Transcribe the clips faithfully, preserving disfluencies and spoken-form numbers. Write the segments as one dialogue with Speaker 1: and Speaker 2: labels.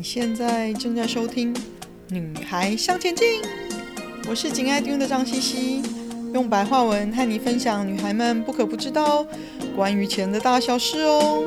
Speaker 1: 现在正在收听《女孩向前进》，我是紧爱听的张茜茜，用白话文和你分享女孩们不可不知道关于钱的大小事哦。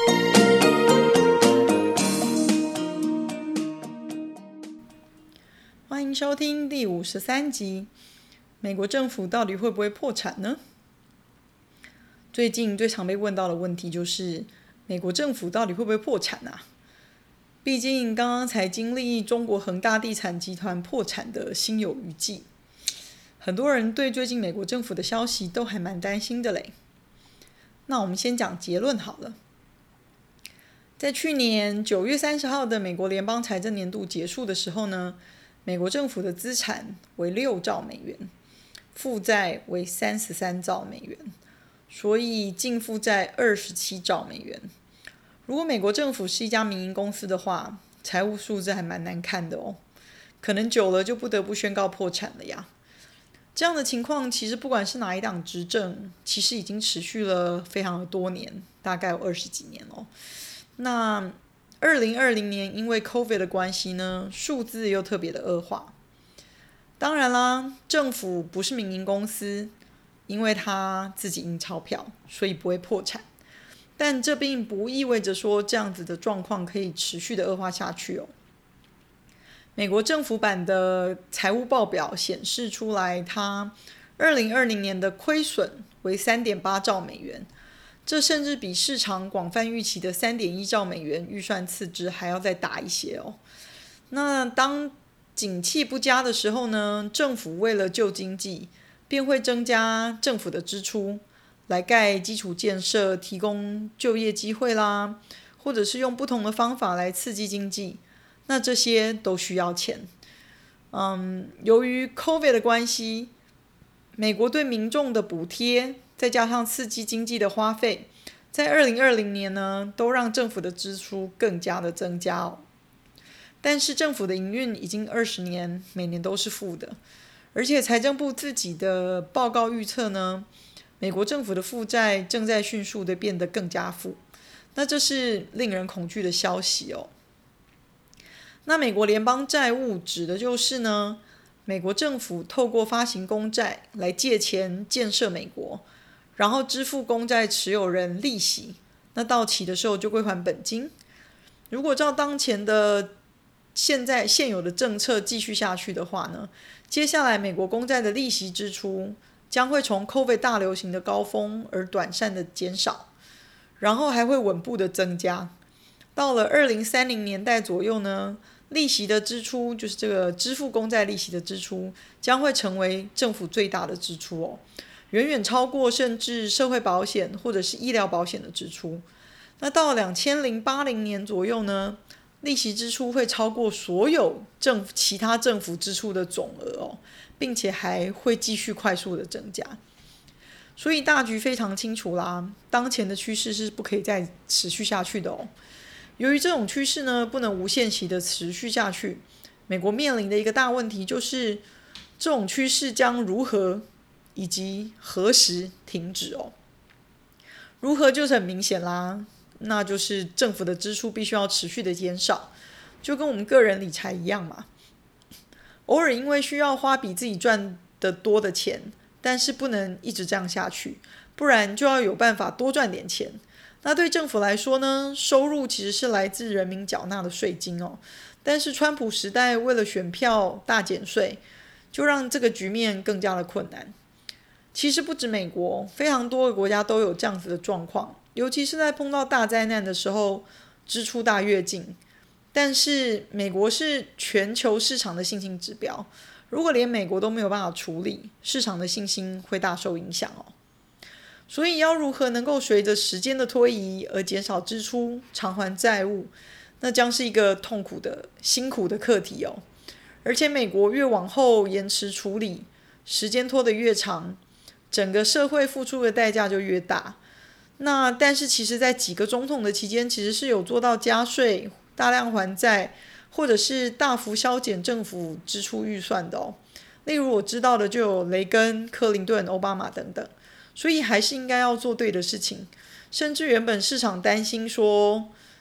Speaker 1: 欢迎收听第五十三集。美国政府到底会不会破产呢？最近最常被问到的问题就是，美国政府到底会不会破产啊？毕竟刚刚才经历中国恒大地产集团破产的心有余悸，很多人对最近美国政府的消息都还蛮担心的嘞。那我们先讲结论好了。在去年九月三十号的美国联邦财政年度结束的时候呢，美国政府的资产为六兆美元，负债为三十三兆美元，所以净负债二十七兆美元。如果美国政府是一家民营公司的话，财务数字还蛮难看的哦，可能久了就不得不宣告破产了呀。这样的情况其实不管是哪一党执政，其实已经持续了非常的多年，大概有二十几年哦。那二零二零年因为 COVID 的关系呢，数字又特别的恶化。当然啦，政府不是民营公司，因为他自己印钞票，所以不会破产。但这并不意味着说这样子的状况可以持续的恶化下去哦。美国政府版的财务报表显示出来，它二零二零年的亏损为 三点八兆美元，这甚至比市场广泛预期的 三点一兆美元预算赤字还要再大一些哦。那当景气不佳的时候呢，政府为了救经济，便会增加政府的支出，来盖基础建设，提供就业机会啦，或者是用不同的方法来刺激经济，那这些都需要钱。嗯，由于 COVID 的关系，美国对民众的补贴，再加上刺激经济的花费，在二零二零年呢，都让政府的支出更加的增加哦。但是政府的营运已经二十年，每年都是负的，而且财政部自己的报告预测呢，美国政府的负债正在迅速的变得更加负，那这是令人恐惧的消息哦。那美国联邦债务指的就是呢，美国政府透过发行公债来借钱建设美国，然后支付公债持有人利息，那到期的时候就归还本金。如果照当前的现在现有的政策继续下去的话呢，接下来美国公债的利息支出将会从 COVID 大流行的高峰而短暂的减少，然后还会稳步的增加。到了二零三零年代左右呢，利息的支出，就是这个支付公债利息的支出，将会成为政府最大的支出哦，远远超过甚至社会保险或者是医疗保险的支出。那到两千八零年左右呢，利息支出会超过所有政府其他政府支出的总额哦，并且还会继续快速的增加。所以大局非常清楚啦，当前的趋势是不可以再持续下去的哦。由于这种趋势呢，不能无限期的持续下去，美国面临的一个大问题就是，这种趋势将如何以及何时停止哦。如何就是很明显啦，那就是政府的支出必须要持续的减少，就跟我们个人理财一样嘛。偶尔因为需要花比自己赚得多的钱，但是不能一直这样下去，不然就要有办法多赚点钱。那对政府来说呢，收入其实是来自人民缴纳的税金哦。但是川普时代为了选票大减税，就让这个局面更加的困难。其实不止美国，非常多的国家都有这样子的状况，尤其是在碰到大灾难的时候，支出大跃进。但是美国是全球市场的信心指标，如果连美国都没有办法处理，市场的信心会大受影响哦。所以要如何能够随着时间的推移而减少支出，偿还债务，那将是一个痛苦的、辛苦的课题哦。而且美国越往后延迟处理，时间拖得越长，整个社会付出的代价就越大。那但是其实在几个总统的期间，其实是有做到加税、大量还债，或者是大幅削减政府支出预算的哦。例如我知道的就有雷根、克林顿、奥巴马等等。所以还是应该要做对的事情，甚至原本市场担心说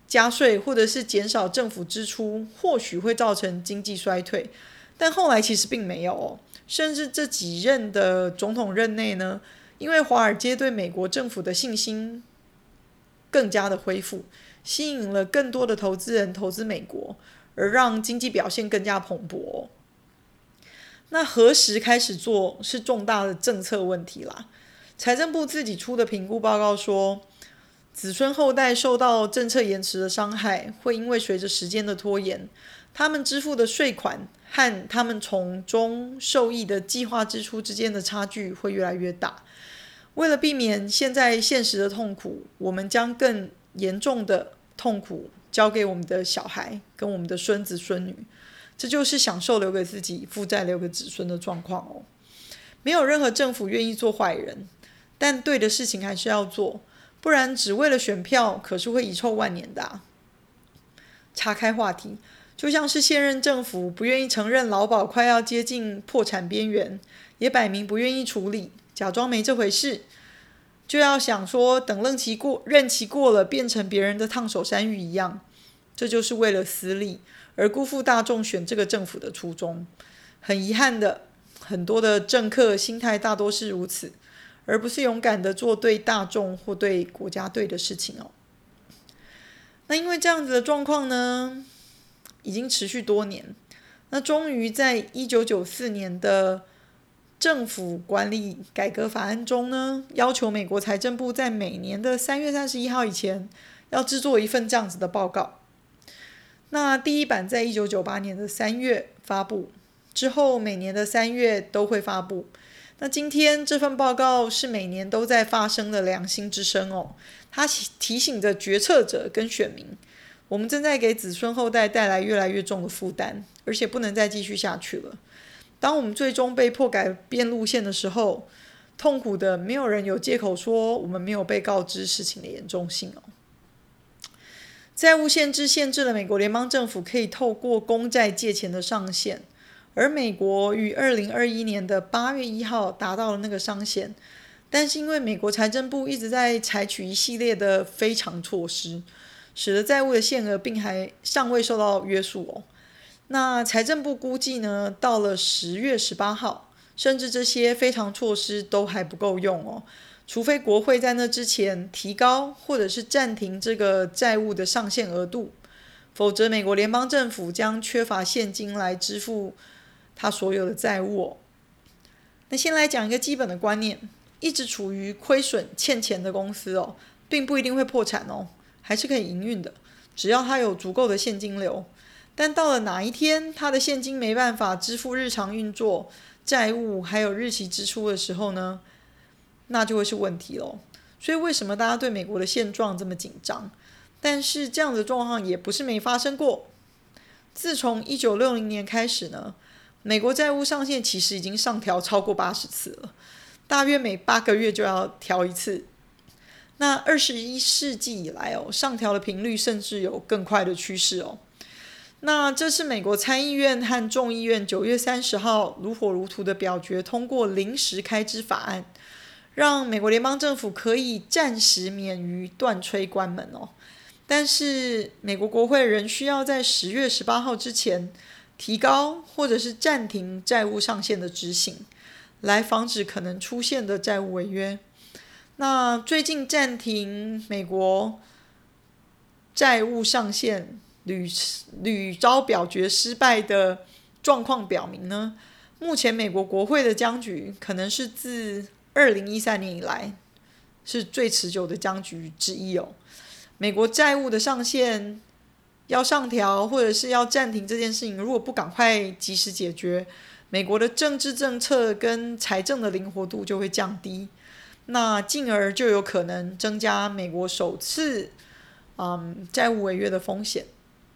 Speaker 1: 加税或者是减少政府支出，或许会造成经济衰退，但后来其实并没有哦。甚至这几任的总统任内呢，因为华尔街对美国政府的信心更加的恢复，吸引了更多的投资人投资美国，而让经济表现更加蓬勃哦。那何时开始做是重大的政策问题啦。财政部自己出的评估报告说，子孙后代受到政策延迟的伤害，会因为随着时间的拖延，他们支付的税款和他们从中受益的计划支出之间的差距会越来越大。为了避免现在现实的痛苦，我们将更严重的痛苦交给我们的小孩跟我们的孙子孙女，这就是享受留给自己，负债留给子孙的状况哦。没有任何政府愿意做坏人，但对的事情还是要做，不然只为了选票，可是会遗臭万年的啊。岔开话题，就像是现任政府不愿意承认劳保快要接近破产边缘，也摆明不愿意处理，假装没这回事，就要想说等任期过任期过了，变成别人的烫手山芋一样，这就是为了私利而辜负大众选这个政府的初衷。很遗憾的，很多的政客心态大多是如此，而不是勇敢的做对大众或对国家对的事情哦。那因为这样子的状况呢，已经持续多年，那终于在一九九四年的政府管理改革法案中呢，要求美国财政部在每年的三月三十一号以前要制作一份这样子的报告。那第一版在一九九八年的三月发布，之后每年的三月都会发布。那今天这份报告是每年都在发生的良心之声哦，它提醒着决策者跟选民，我们正在给子孙后代带来越来越重的负担，而且不能再继续下去了。当我们最终被迫改变路线的时候，痛苦的没有人有借口说我们没有被告知事情的严重性哦。债务限制限制了美国联邦政府可以透过公债借钱的上限，而美国于二零二一年的八月一号达到了那个上限，但是因为美国财政部一直在采取一系列的非常措施，使得债务的限额并还尚未受到约束哦。那财政部估计呢，到了十月十八号，甚至这些非常措施都还不够用哦。除非国会在那之前提高或者是暂停这个债务的上限额度，否则美国联邦政府将缺乏现金来支付他所有的债务哦。那先来讲一个基本的观念，一直处于亏损欠钱的公司哦，并不一定会破产哦，还是可以营运的，只要它有足够的现金流。但到了哪一天它的现金没办法支付日常运作、债务还有日期支出的时候呢，那就会是问题咯。所以为什么大家对美国的现状这么紧张？但是这样的状况也不是没发生过。自从一九六零年开始呢，美国债务上限其实已经上调超过八十次了，大约每八个月就要调一次。那二十一世纪以来哦，上调的频率甚至有更快的趋势哦。那这是美国参议院和众议院九月三十号如火如荼的表决通过临时开支法案，让美国联邦政府可以暂时免于断炊关门哦。但是美国国会仍需要在十月十八号之前提高或者是暂停债务上限的执行，来防止可能出现的债务违约。那最近暂停美国债务上限屡屡遭表决失败的状况表明呢，目前美国国会的僵局可能是自二零一三年以来是最持久的僵局之一哦。美国债务的上限要上调或者是要暂停这件事情，如果不赶快及时解决，美国的政治政策跟财政的灵活度就会降低，那进而就有可能增加美国首次嗯债务违约的风险。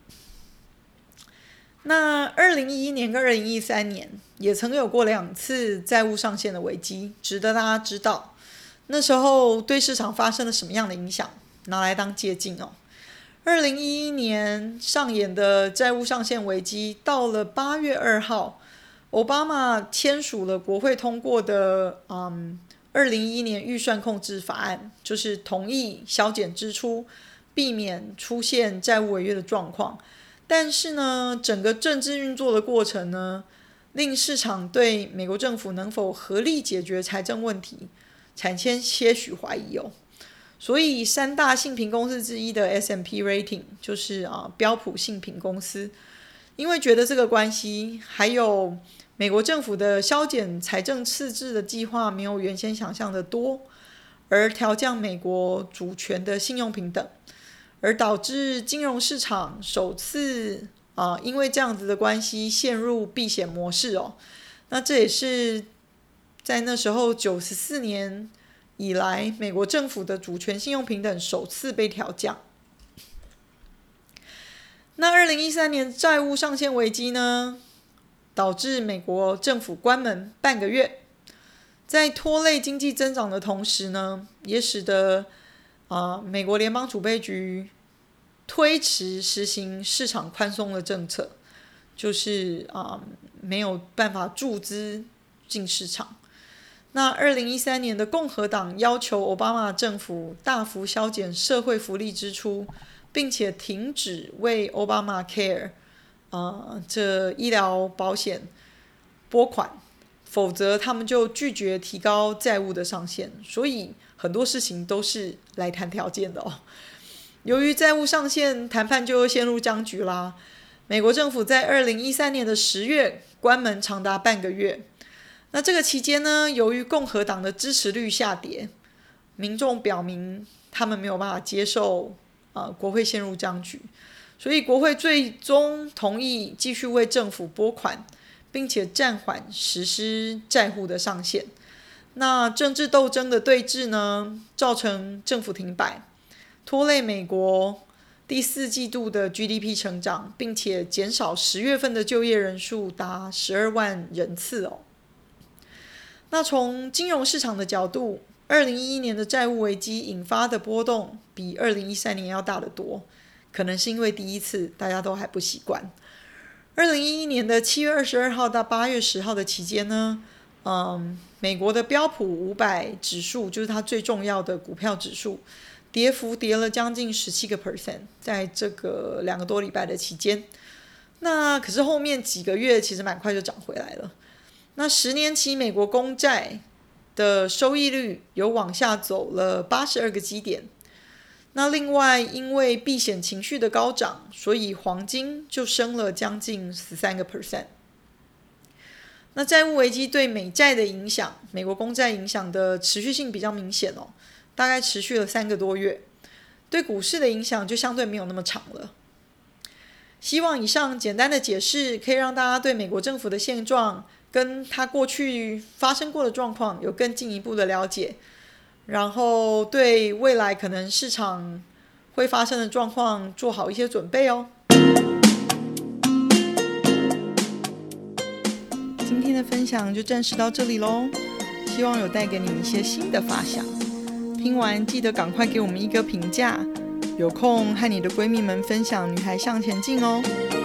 Speaker 1: 那二零一一年跟二零一三年也曾有过两次债务上限的危机，值得大家知道。那时候对市场发生了什么样的影响，拿来当借鉴哦。二零一一年上演的债务上限危机，到了八月二号，奥巴马签署了国会通过的嗯二零一一年预算控制法案，就是同意削减支出， 避免出现债务违约的状况。但是呢，整个政治运作的过程呢，令市场对美国政府能否合力解决财政问题产生些许怀疑哦。所以三大信评公司之一的 S and P Rating 就是啊标普信评公司，因为觉得这个关系，还有美国政府的削减财政赤字的计划没有原先想象的多，而调降美国主权的信用评等，而导致金融市场首次啊因为这样子的关系陷入避险模式哦。那这也是在那时候九十四年以来，美国政府的主权信用评等首次被调降。那二零一三年债务上限危机呢，导致美国政府关门半个月，在拖累经济增长的同时呢，也使得、呃、美国联邦储备局推迟实行市场宽松的政策，就是、呃、没有办法注资进市场。那二零一三年的共和党要求奥巴马政府大幅削减社会福利支出，并且停止为 Obamacare、呃、这医疗保险拨款，否则他们就拒绝提高债务的上限。所以很多事情都是来谈条件的哦。由于债务上限谈判就陷入僵局啦，美国政府在二零一三年的十月关门长达半个月。那这个期间呢，由于共和党的支持率下跌，民众表明他们没有办法接受、呃、国会陷入僵局，所以国会最终同意继续为政府拨款，并且暂缓实施债务的上限。那政治斗争的对峙呢，造成政府停摆，拖累美国第四季度的 G D P 成长，并且减少十月份的就业人数达十二万人次哦。那从金融市场的角度，二零一一年的债务危机引发的波动比二零一三年要大得多，可能是因为第一次大家都还不习惯。二零一一年的七月二十二号到八月十号的期间呢，嗯，美国的标普五百指数，就是它最重要的股票指数，跌幅跌了将近 百分之十七， 在这个两个多礼拜的期间。那可是后面几个月其实蛮快就涨回来了。那十年期美国公债的收益率有往下走了八十二个基点。那另外因为避险情绪的高涨，所以黄金就升了将近 百分之十三。 那债务危机对美债的影响，美国公债影响的持续性比较明显哦，大概持续了三个多月，对股市的影响就相对没有那么长了。希望以上简单的解释可以让大家对美国政府的现状跟他过去发生过的状况有更进一步的了解，然后对未来可能市场会发生的状况做好一些准备哦。今天的分享就暂时到这里咯，希望有带给你一些新的发想。听完记得赶快给我们一个评价，有空和你的闺蜜们分享《女孩向前进》哦。